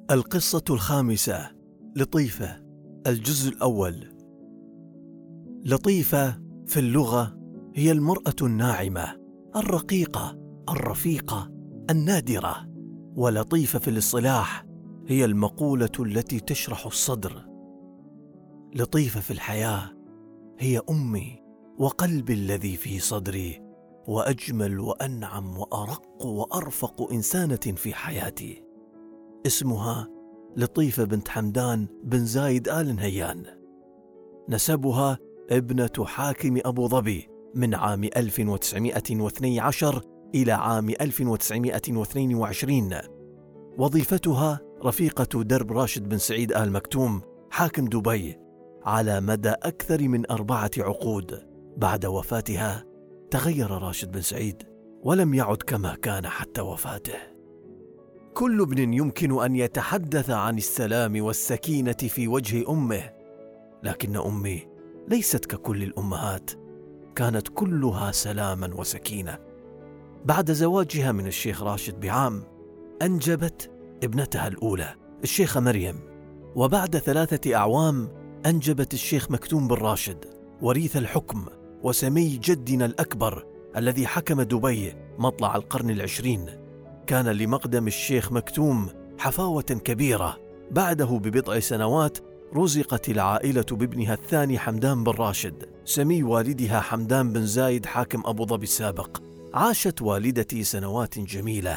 القصة الخامسة، لطيفة، الجزء الأول. لطيفة في اللغة هي المرأة الناعمة الرقيقة الرفيقة النادرة، ولطيفة في الاصطلاح هي المقولة التي تشرح الصدر. لطيفة في الحياة هي أمي وقلبي الذي في صدري، وأجمل وأنعم وأرق وأرفق إنسانة في حياتي. اسمها لطيفة بنت حمدان بن زايد آل نهيان. نسبها ابنة حاكم أبو ظبي من عام 1912 إلى عام 1922. وظيفتها رفيقة درب راشد بن سعيد آل مكتوم حاكم دبي على مدى أكثر من 4 عقود. بعد وفاتها تغير راشد بن سعيد ولم يعد كما كان حتى وفاته. كل ابن يمكن أن يتحدث عن السلام والسكينة في وجه أمه، لكن أمي ليست ككل الأمهات، كانت كلها سلاما وسكينة. بعد زواجها من الشيخ راشد بعام أنجبت ابنتها الأولى الشيخة مريم، وبعد 3 أعوام أنجبت الشيخ مكتوم بن راشد وريث الحكم وسمي جدنا الأكبر الذي حكم دبي مطلع القرن 20. كان لمقدم الشيخ مكتوم حفاوة كبيرة. بعده ببضع سنوات رزقت العائلة بابنها الثاني حمدان بن راشد سمي والدها حمدان بن زايد حاكم أبو ظبي السابق. عاشت والدتي سنوات جميلة.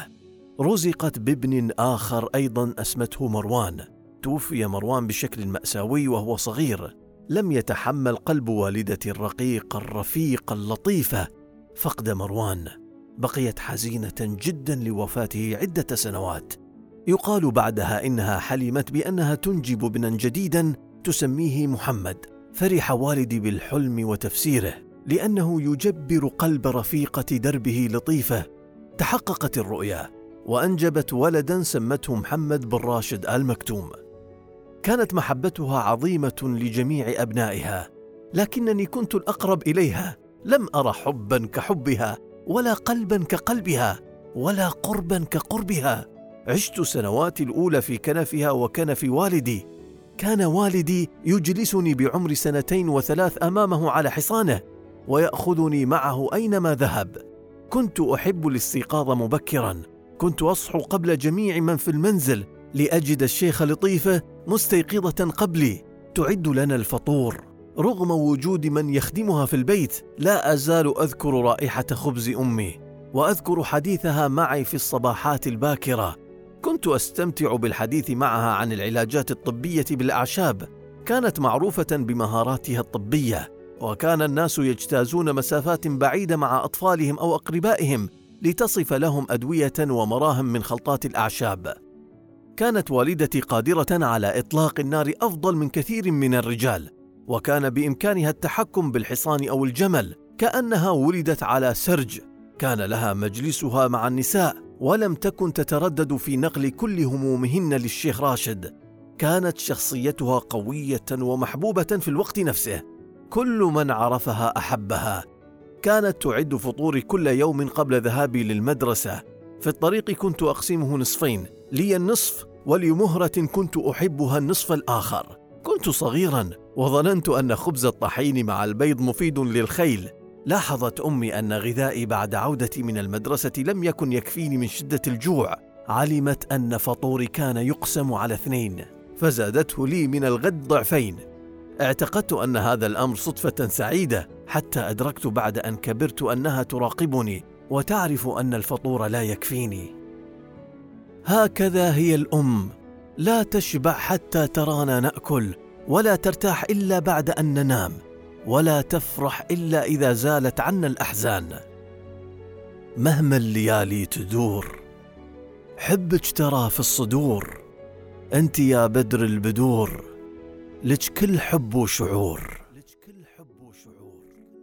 رزقت بابن آخر أيضا أسمته مروان. توفي مروان بشكل مأساوي وهو صغير. لم يتحمل قلب والدتي الرقيق الرفيق اللطيفة فقد مروان. بقيت حزينة جدا لوفاته عدة سنوات. يقال بعدها إنها حلمت بأنها تنجب ابنا جديدا تسميه محمد. فرح والدي بالحلم وتفسيره لأنه يجبر قلب رفيقة دربه لطيفة. تحققت الرؤيا وأنجبت ولدا سمته محمد بن راشد آل مكتوم. كانت محبتها عظيمة لجميع أبنائها، لكنني كنت الأقرب إليها. لم أرى حبا كحبها، ولا قلبا كقلبها، ولا قربا كقربها. عشت سنواتي الأولى في كنفها وكنف والدي. كان والدي يجلسني بعمر 2 و3 أمامه على حصانه ويأخذني معه أينما ذهب. كنت أحب الاستيقاظ مبكرا. كنت أصحو قبل جميع من في المنزل لأجد الشيخ لطيفة مستيقظة قبلي تعد لنا الفطور. رغم وجود من يخدمها في البيت لا أزال أذكر رائحة خبز أمي، وأذكر حديثها معي في الصباحات الباكرة. كنت أستمتع بالحديث معها عن العلاجات الطبية بالأعشاب. كانت معروفة بمهاراتها الطبية، وكان الناس يجتازون مسافات بعيدة مع أطفالهم أو أقربائهم لتصف لهم أدوية ومراهم من خلطات الأعشاب. كانت والدتي قادرة على إطلاق النار أفضل من كثير من الرجال، وكان بإمكانها التحكم بالحصان أو الجمل كأنها ولدت على سرج. كان لها مجلسها مع النساء، ولم تكن تتردد في نقل كل همومهن للشيخ راشد. كانت شخصيتها قوية ومحبوبة في الوقت نفسه. كل من عرفها أحبها. كانت تعد فطوري كل يوم قبل ذهابي للمدرسة. في الطريق كنت أقسمه نصفين، لي النصف ولمهرة كنت أحبها النصف الآخر. كنت صغيرا وظننت أن خبز الطحين مع البيض مفيد للخيل. لاحظت أمي أن غذائي بعد عودتي من المدرسة لم يكن يكفيني من شدة الجوع. علمت أن فطوري كان يقسم على 2، فزادته لي من الغد ضعفين. اعتقدت أن هذا الأمر صدفة سعيدة، حتى أدركت بعد أن كبرت أنها تراقبني وتعرف أن الفطور لا يكفيني. هكذا هي الأم، لا تشبع حتى ترانا نأكل، ولا ترتاح إلا بعد أن ننام، ولا تفرح إلا إذا زالت عنا الأحزان. مهما الليالي تدور حبك ترى في الصدور. أنت يا بدر البدور لك كل حب وشعور.